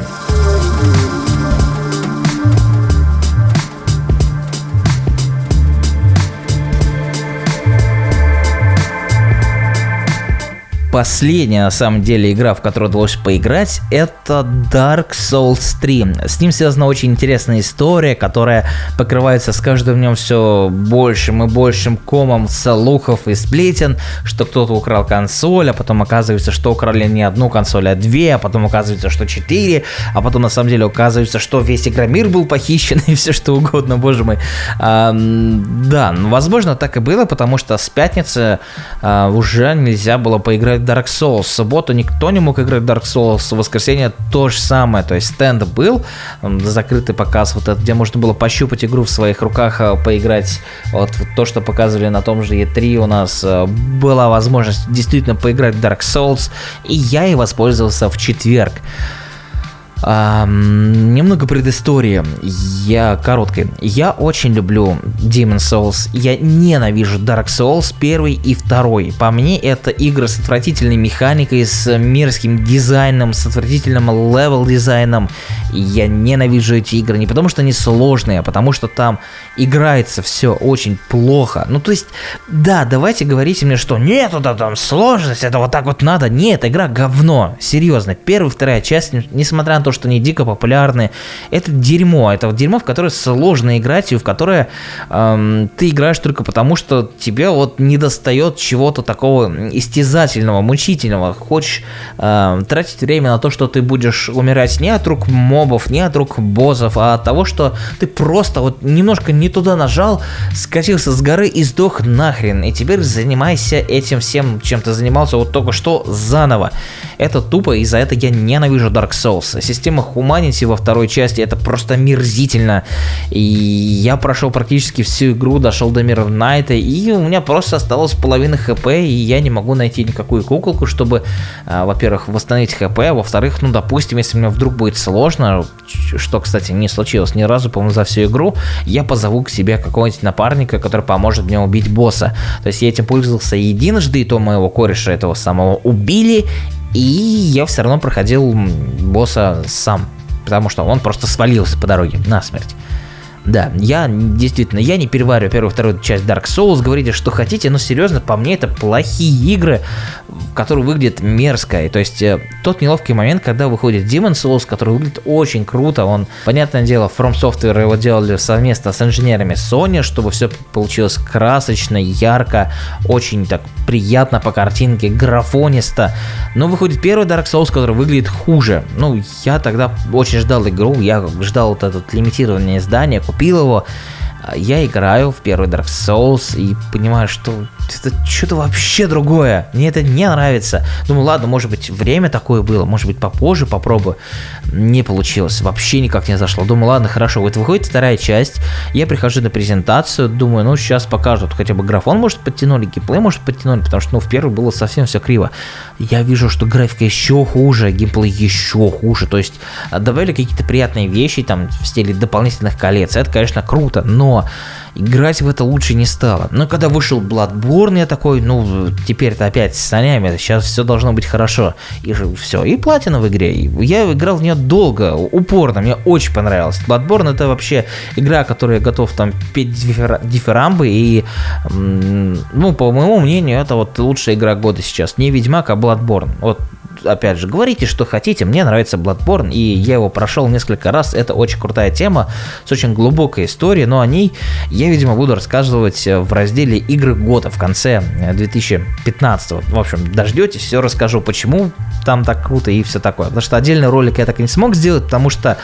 Последняя, на самом деле, игра, в которую удалось поиграть, это Dark Souls три. С ним связана очень интересная история, которая покрывается с каждым днем все большим и большим комом слухов и сплетен, что кто-то украл консоль, а потом оказывается, что украли не одну консоль, а две, а потом оказывается, что четыре, а потом на самом деле оказывается, что весь Игромир был похищен и все что угодно, боже мой. А, да, возможно, так и было, потому что с пятницы а, уже нельзя было поиграть Dark Souls. В субботу никто не мог играть Dark Souls, в воскресенье то же самое, то есть стенд был, закрытый показ, вот это, где можно было пощупать игру в своих руках, поиграть, вот, вот то, что показывали на том же и три, у нас была возможность действительно поиграть в Dark Souls, и я и воспользовался в четверг. А, немного предыстории, я короткой. Я очень люблю Demon's Souls, я ненавижу Dark Souls первый и второй. По мне это игры с отвратительной механикой, с мерзким дизайном, с отвратительным левел-дизайном. Я ненавижу эти игры не потому, что они сложные, а потому что там играется все очень плохо. Ну то есть Да, давайте говорите мне, что нет, это там сложность, это вот так вот надо. Нет, игра говно, серьезно. Первая, вторая часть, несмотря на то, что они дико популярны, это дерьмо. Это вот дерьмо, в которое сложно играть, и в которое эм, ты играешь только потому, что тебе вот не достает чего-то такого истязательного, мучительного. Хочешь э, тратить время на то, что ты будешь умирать не от рук мобов, не от рук боссов, а от того, что ты просто вот немножко не туда нажал, скатился с горы и сдох нахрен. И теперь занимайся этим всем, чем ты занимался вот только что, заново. Это тупо, и за это я ненавижу Dark Souls. Система Humanity во второй части — это просто мерзительно. И я прошел практически всю игру, дошел до Mirror Knight, и у меня просто осталось половина хп, и я не могу найти никакую куколку, чтобы, а, во-первых, восстановить хп, а во-вторых, ну, допустим, если мне вдруг будет сложно, что, кстати, не случилось ни разу, по-моему, за всю игру, я позову к себе какого-нибудь напарника, который поможет мне убить босса. То есть я этим пользовался единожды, и то моего кореша этого самого убили, и я все равно проходил босса сам, потому что он просто свалился по дороге насмерть. Да, я действительно, я не перевариваю первую и вторую часть Dark Souls, говорите, что хотите, но серьезно, по мне это плохие игры, которые выглядят мерзко. И, то есть э, тот неловкий момент, когда выходит Demon's Souls, который выглядит очень круто, он, понятное дело, From Software его делали совместно с инженерами Sony, чтобы все получилось красочно, ярко, очень так приятно по картинке, графонисто. Но выходит первый Dark Souls, который выглядит хуже. Ну, я тогда очень ждал игру, я ждал вот это лимитирование издания, купил его, я играю в первый Dark Souls и понимаю, что это что-то вообще другое, мне это не нравится. Думаю, ладно, может быть, время такое было, может быть, попозже попробую. Не получилось, вообще никак не зашло. Думаю, ладно, хорошо, вот выходит вторая часть, я прихожу на презентацию, думаю, ну, сейчас покажут, хотя бы графон, может, подтянули, геймплей, может, подтянули, потому что, ну, в первой было совсем все криво. Я вижу, что графика еще хуже, геймплей еще хуже, то есть добавили какие-то приятные вещи, там, в стиле дополнительных колец, это, конечно, круто, но играть в это лучше не стало. Но когда вышел Bloodborne, я такой, ну, теперь-то опять с санями, сейчас все должно быть хорошо. И же все, и платина в игре. Я играл в нее долго, упорно, мне очень понравилось. Bloodborne — это вообще игра, которую я готов там петь дифир... дифирамбы, и, ну, по моему мнению, это вот лучшая игра года сейчас. Не Ведьмак, а Bloodborne. Вот, опять же, говорите, что хотите, мне нравится Bloodborne, и я его прошел несколько раз, это очень крутая тема, с очень глубокой историей, но о ней я, видимо, буду рассказывать в разделе «Игры года» в конце две тысячи пятнадцатого. В общем, дождетесь, все расскажу, почему там так круто и все такое, потому что отдельный ролик я так и не смог сделать, потому что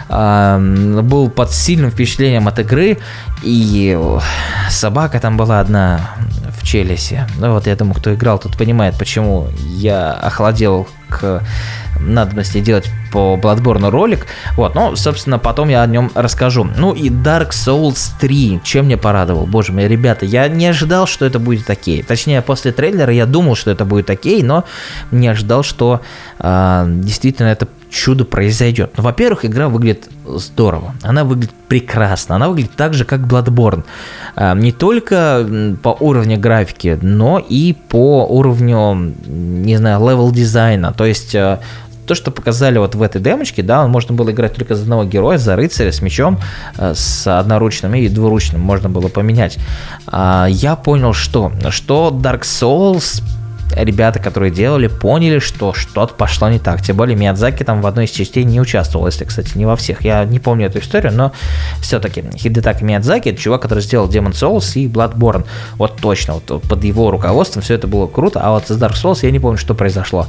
э, был под сильным впечатлением от игры, и собака там была одна в Челси. Ну вот, я думаю, кто играл, тот понимает, почему я охладел к надобности делать по Bloodborne ролик. Вот, ну, собственно, потом я о нем расскажу. Ну и Dark Souls три, чем меня порадовал. Боже мой, ребята, я не ожидал, что это будет окей. Точнее, после трейлера я думал, что это будет окей, но не ожидал, что э, действительно это чудо произойдет. Ну, во-первых, игра выглядит здорово, она выглядит прекрасно, она выглядит так же, как Bloodborne. А, не только по уровню графики, но и по уровню, не знаю, левел дизайна. То есть то, что показали вот в этой демочке, да, можно было играть только за одного героя, за рыцаря с мечом, с одноручным и двуручным можно было поменять. А, я понял, что, что Dark Souls, ребята, которые делали, поняли, что что-то пошло не так. Тем более Миядзаки там в одной из частей не участвовал, если, кстати, не во всех. Я не помню эту историю, но все-таки Хидетака Миядзаки — это чувак, который сделал Demon's Souls и Bloodborne. Вот точно, вот под его руководством все это было круто, а вот с Dark Souls я не помню, что произошло.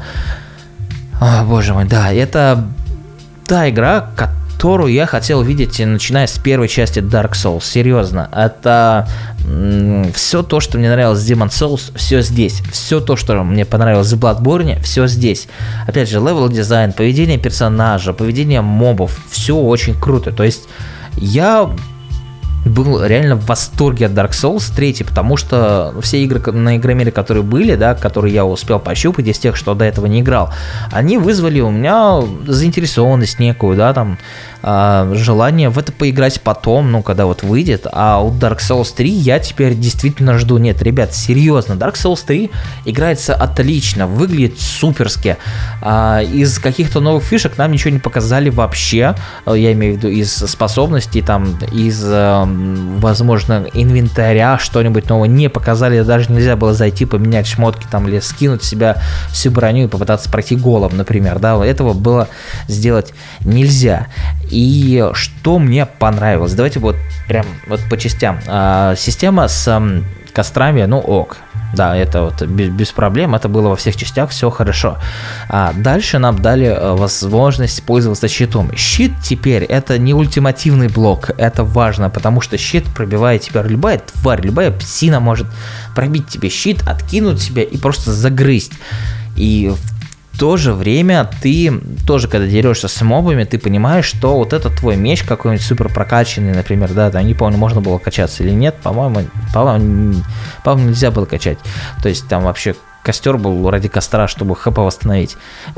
О, боже мой, да, это та игра, которую я хотел видеть, начиная с первой части Dark Souls. Серьезно, это м- все то, что мне нравилось в Demon's Souls, все здесь. Все то, что мне понравилось в Bloodborne, все здесь. Опять же, левел дизайн, поведение персонажа, поведение мобов, все очень круто. То есть я был реально в восторге от Dark Souls три, потому что все игры на Игромире, которые были, да, которые я успел пощупать из тех, что до этого не играл, они вызвали у меня заинтересованность некую, да, там, э, желание в это поиграть потом, ну, когда вот выйдет. А у Dark Souls три я теперь действительно жду. Нет, ребят, серьезно, Dark Souls три играется отлично, выглядит суперски. Э, из каких-то новых фишек нам ничего не показали вообще, я имею в виду из способностей, там, из э, возможно, инвентаря, что-нибудь новое не показали, даже нельзя было зайти, поменять шмотки там или скинуть с себя всю броню и попытаться пройти голым, например, да, этого было сделать нельзя. И что мне понравилось, давайте вот прям вот по частям. А, система с кострами, ну ок. Да, это вот без, без проблем, это было во всех частях, все хорошо. А дальше нам дали возможность пользоваться щитом. Щит теперь это не ультимативный блок, это важно, потому что щит пробивает тебя любая тварь, любая псина может пробить тебе щит, откинуть тебя и просто загрызть. И в то же время ты тоже, когда дерешься с мобами, ты понимаешь, что вот этот твой меч какой-нибудь супер прокачанный, например, да, там не помню, можно было качаться или нет, по-моему, по-моему, по-моему, нельзя было качать. То есть там вообще костер был ради костра, чтобы хп восстановить.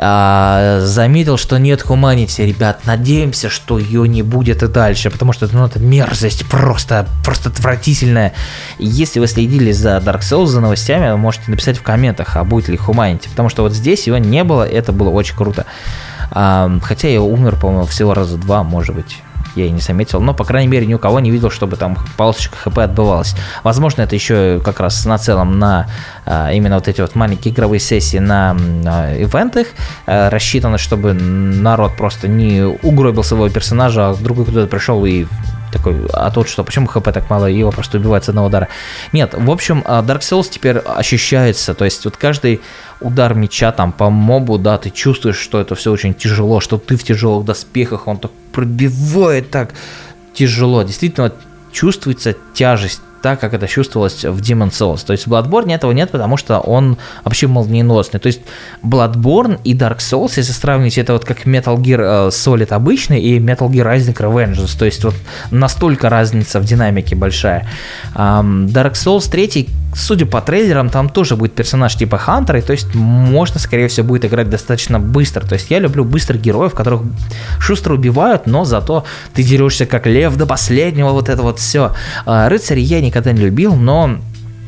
А, заметил, что нет хуманити, ребят. Надеемся, что ее не будет и дальше, потому что ну, это мерзость просто, просто отвратительная. Если вы следили за Dark Souls, за новостями, вы можете написать в комментах, а будет ли хуманити, потому что вот здесь его не было, это было очень круто. А, хотя я умер, по-моему, всего раза два, может быть. Я и не заметил, но, по крайней мере, ни у кого не видел, чтобы там полосочка хп отбывалась. Возможно, это еще как раз нацелом на а, именно вот эти вот маленькие игровые сессии на а, ивентах, а, рассчитано, чтобы народ просто не угробил своего персонажа, а другой кто-то пришел и такой, а тут что, почему хп так мало, его просто убивают с одного удара. Нет, в общем, Dark Souls теперь ощущается, то есть вот каждый удар меча там по мобу, да, ты чувствуешь, что это все очень тяжело, что ты в тяжелых доспехах, он так пробивает так тяжело, действительно чувствуется тяжесть, так, как это чувствовалось в Demon's Souls. То есть в Bloodborne этого нет, потому что он вообще молниеносный. То есть Bloodborne и Dark Souls, если сравнить, это вот как Metal Gear Solid обычный и Metal Gear Rising Revengeance. То есть вот настолько разница в динамике большая. Dark Souls три, судя по трейлерам, там тоже будет персонаж типа Хантера, то есть можно, скорее всего, будет играть достаточно быстро. То есть я люблю быстрых героев, которых шустро убивают, но зато ты дерешься как лев до последнего, вот это вот все. Рыцарей я никогда не любил, но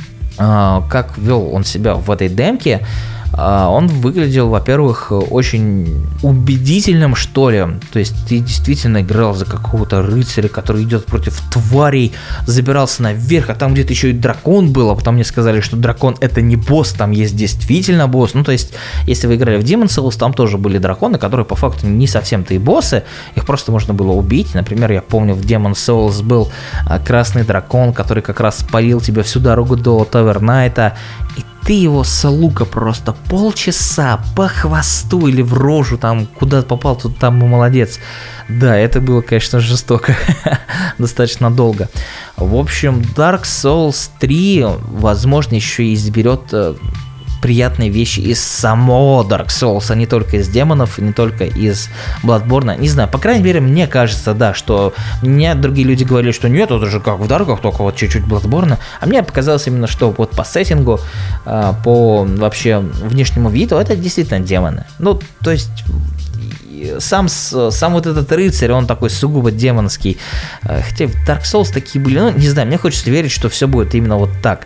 как вел он себя в этой демке, он выглядел, во-первых, очень убедительным, что ли. То есть ты действительно играл за какого-то рыцаря, который идет против тварей, забирался наверх, а там где-то еще и дракон был, а потом мне сказали, что дракон это не босс, там есть действительно босс. Ну, то есть, если вы играли в Demon's Souls, там тоже были драконы, которые по факту не совсем-то и боссы, их просто можно было убить. Например, я помню, в Demon's Souls был красный дракон, который как раз спалил тебя всю дорогу до Тавернайта, и ты его с лука просто полчаса по хвосту или в рожу, там, куда попал, тут там молодец. Да, это было, конечно, жестоко, достаточно долго. В общем, Dark Souls три, возможно, еще и изберет приятные вещи из самого Dark Souls, а не только из демонов, не только из Bloodborne. Не знаю, по крайней мере, мне кажется, да, что мне другие люди говорили, что нет, это же как в Дарках, только вот чуть-чуть Bloodborne. А мне показалось именно, что вот по сеттингу, по вообще внешнему виду, это действительно демоны. Ну, то есть Сам, сам вот этот рыцарь, он такой сугубо демонский. Хотя в Dark Souls такие были, ну, не знаю, мне хочется верить, что все будет именно вот так.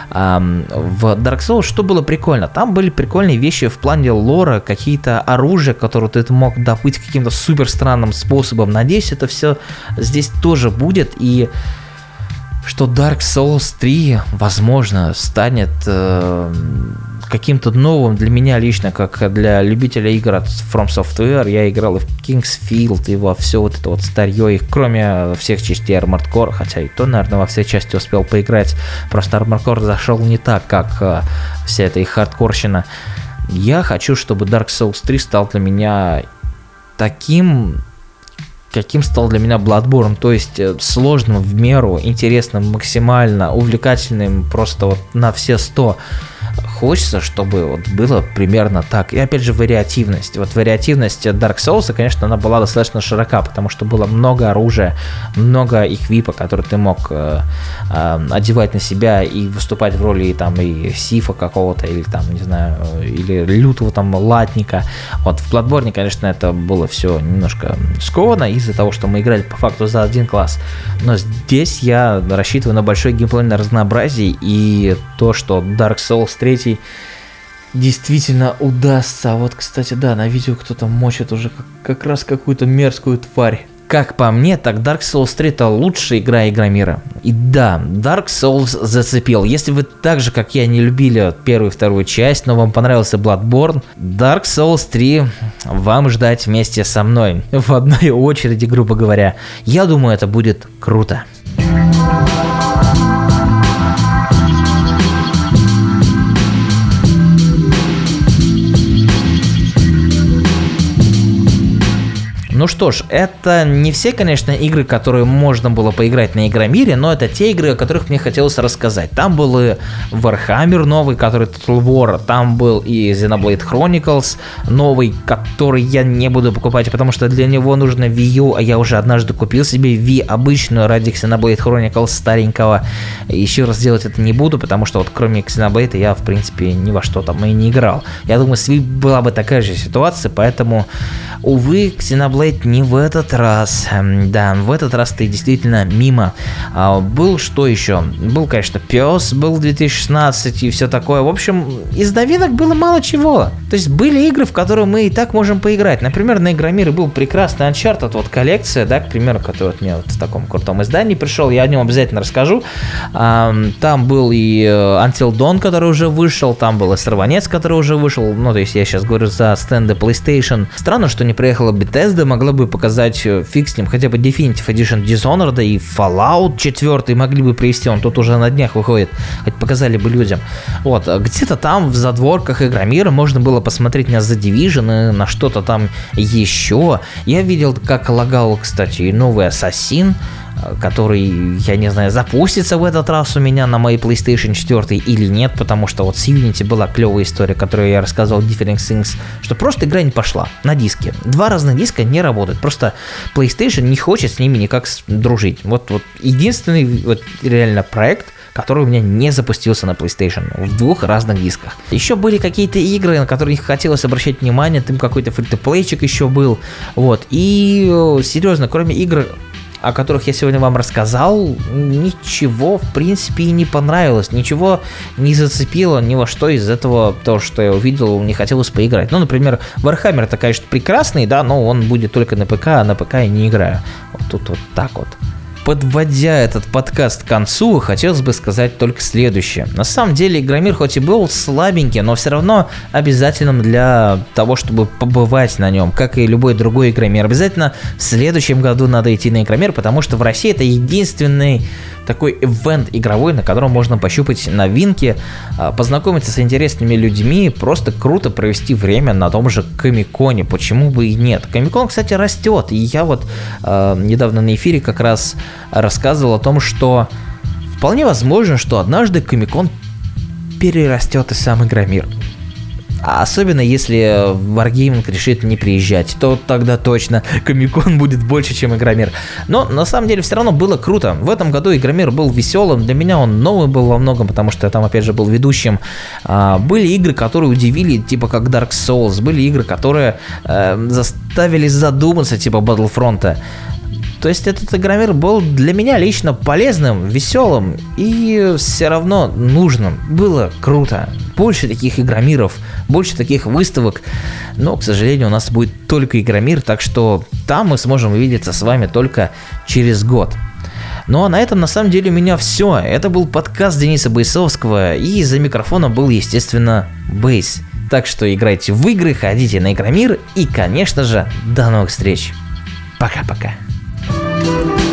В Dark Souls что было прикольно? Там были прикольные вещи в плане лора, какие-то оружия, которые ты мог добыть каким-то супер странным способом. Надеюсь, это все здесь тоже будет, и что Dark Souls три, возможно, станет э, каким-то новым для меня лично, как для любителя игр от From Software. Я играл и в King's Field, и во все вот это вот старье, и кроме всех частей Armored Core, хотя и то, наверное, во все части успел поиграть, просто Armored Core зашел не так, как э, вся эта их хардкорщина. Я хочу, чтобы Dark Souls три стал для меня таким, каким стал для меня Bloodborne, то есть сложным в меру, интересным, максимально увлекательным, просто вот на все сто. Хочется, чтобы вот было примерно так. И опять же вариативность. Вот вариативность Dark Souls, конечно, она была достаточно широка, потому что было много оружия, много эквипа, который ты мог э, э, одевать на себя и выступать в роли там и сифа какого-то, или там, не знаю, или лютого там латника. Вот в Bloodborne, конечно, это было все немножко сковано из-за того, что мы играли по факту за один класс. Но здесь я рассчитываю на большое геймплейное разнообразие, и то, что Dark Souls три действительно удастся. А вот, кстати, да, на видео кто-то мочит уже как, как раз какую-то мерзкую тварь. как по мне, так Dark Souls три это лучшая игра Игромира. И да, Dark Souls зацепил. Если вы так же, как я, не любили первую и вторую часть, но вам понравился Bloodborne, Dark Souls три вам ждать вместе со мной. В одной очереди, грубо говоря. Я думаю, это будет круто. Ну что ж, это не все, конечно, игры, которые можно было поиграть на Игромире, но это те игры, о которых мне хотелось рассказать. Там был и Warhammer новый, который Total War, там был и Xenoblade Chronicles новый, который я не буду покупать, потому что для него нужно Wii U, а я уже однажды купил себе Wii обычную ради Xenoblade Chronicles старенького. Еще раз делать это не буду, потому что вот кроме Xenoblade я, в принципе, ни во что там и не играл. Я думаю, с Wii была бы такая же ситуация, поэтому, увы, Xenoblade не в этот раз. Да, в этот раз ты действительно мимо. А, был что еще? Был, конечно, Пес, был две тысячи шестнадцать и все такое. В общем, из новинок было мало чего. То есть были игры, в которые мы и так можем поиграть. Например, на Игромире был прекрасный Uncharted, вот коллекция, да, к примеру, который вот мне вот в таком крутом издании пришел. Я о нем обязательно расскажу. А, там был и Until Dawn, который уже вышел, там был и Сорванец, который уже вышел. Ну, то есть я сейчас говорю за стенды PlayStation. Странно, что не приехала Bethesda, могла бы показать, фиг с ним, хотя бы Definitive Edition Dishonored и Fallout четыре могли бы привести, он тут уже на днях выходит, хоть показали бы людям. Вот, где-то там в задворках Игромира можно было посмотреть на The Division и на что-то там еще. Я видел, как лагал, кстати, и новый Assassin, который, я не знаю, запустится в этот раз у меня на моей PlayStation четыре или нет, потому что вот с Unity была клевая история, которую я рассказывал Different Things, что просто игра не пошла на диске. Два разных диска не работают, просто PlayStation не хочет с ними никак дружить. Вот, вот единственный вот реально проект, который у меня не запустился на PlayStation в двух разных дисках. Еще были какие-то игры, на которые не хотелось обращать внимание, там какой-то фри-то-плейчик еще был, вот, и серьезно, кроме игр, о которых я сегодня вам рассказал, ничего, в принципе, и не понравилось, ничего не зацепило, ни во что из этого, то, что я увидел, не хотелось поиграть. Ну, например, Warhammer-то, конечно, прекрасный, да, но он будет только на ПК, а на ПК я не играю. Вот тут вот так вот. Подводя этот подкаст к концу, хотелось бы сказать только следующее. На самом деле, Игромир хоть и был слабенький, но все равно обязательным для того, чтобы побывать на нем, как и любой другой Игромир. Обязательно в следующем году надо идти на Игромир, потому что в России это единственный такой ивент игровой, на котором можно пощупать новинки, познакомиться с интересными людьми, просто круто провести время на том же Комик-коне, почему бы и нет. Комик-кон, кстати, растет, и я вот э, недавно на эфире как раз рассказывал о том, что вполне возможно, что однажды Комик-кон перерастет и сам Игромир. А особенно если Wargaming решит не приезжать, то тогда точно Комик-кон будет больше, чем Игромир. Но на самом деле все равно было круто. В этом году Игромир был веселым. Для меня он новый был во многом, потому что я там опять же был ведущим. А, были игры, которые удивили, типа как Dark Souls. Были игры, которые э, заставили задуматься, типа Battlefront. То есть этот Игромир был для меня лично полезным, веселым и все равно нужным. Было круто. Больше таких Игромиров, больше таких выставок. Но, к сожалению, у нас будет только Игромир, так что там мы сможем увидеться с вами только через год. Ну а на этом на самом деле у меня все. Это был подкаст Дениса Бойцовского, и за микрофоном был, естественно, Бейс. Так что играйте в игры, ходите на Игромир и, конечно же, до новых встреч. Пока-пока. Thank you.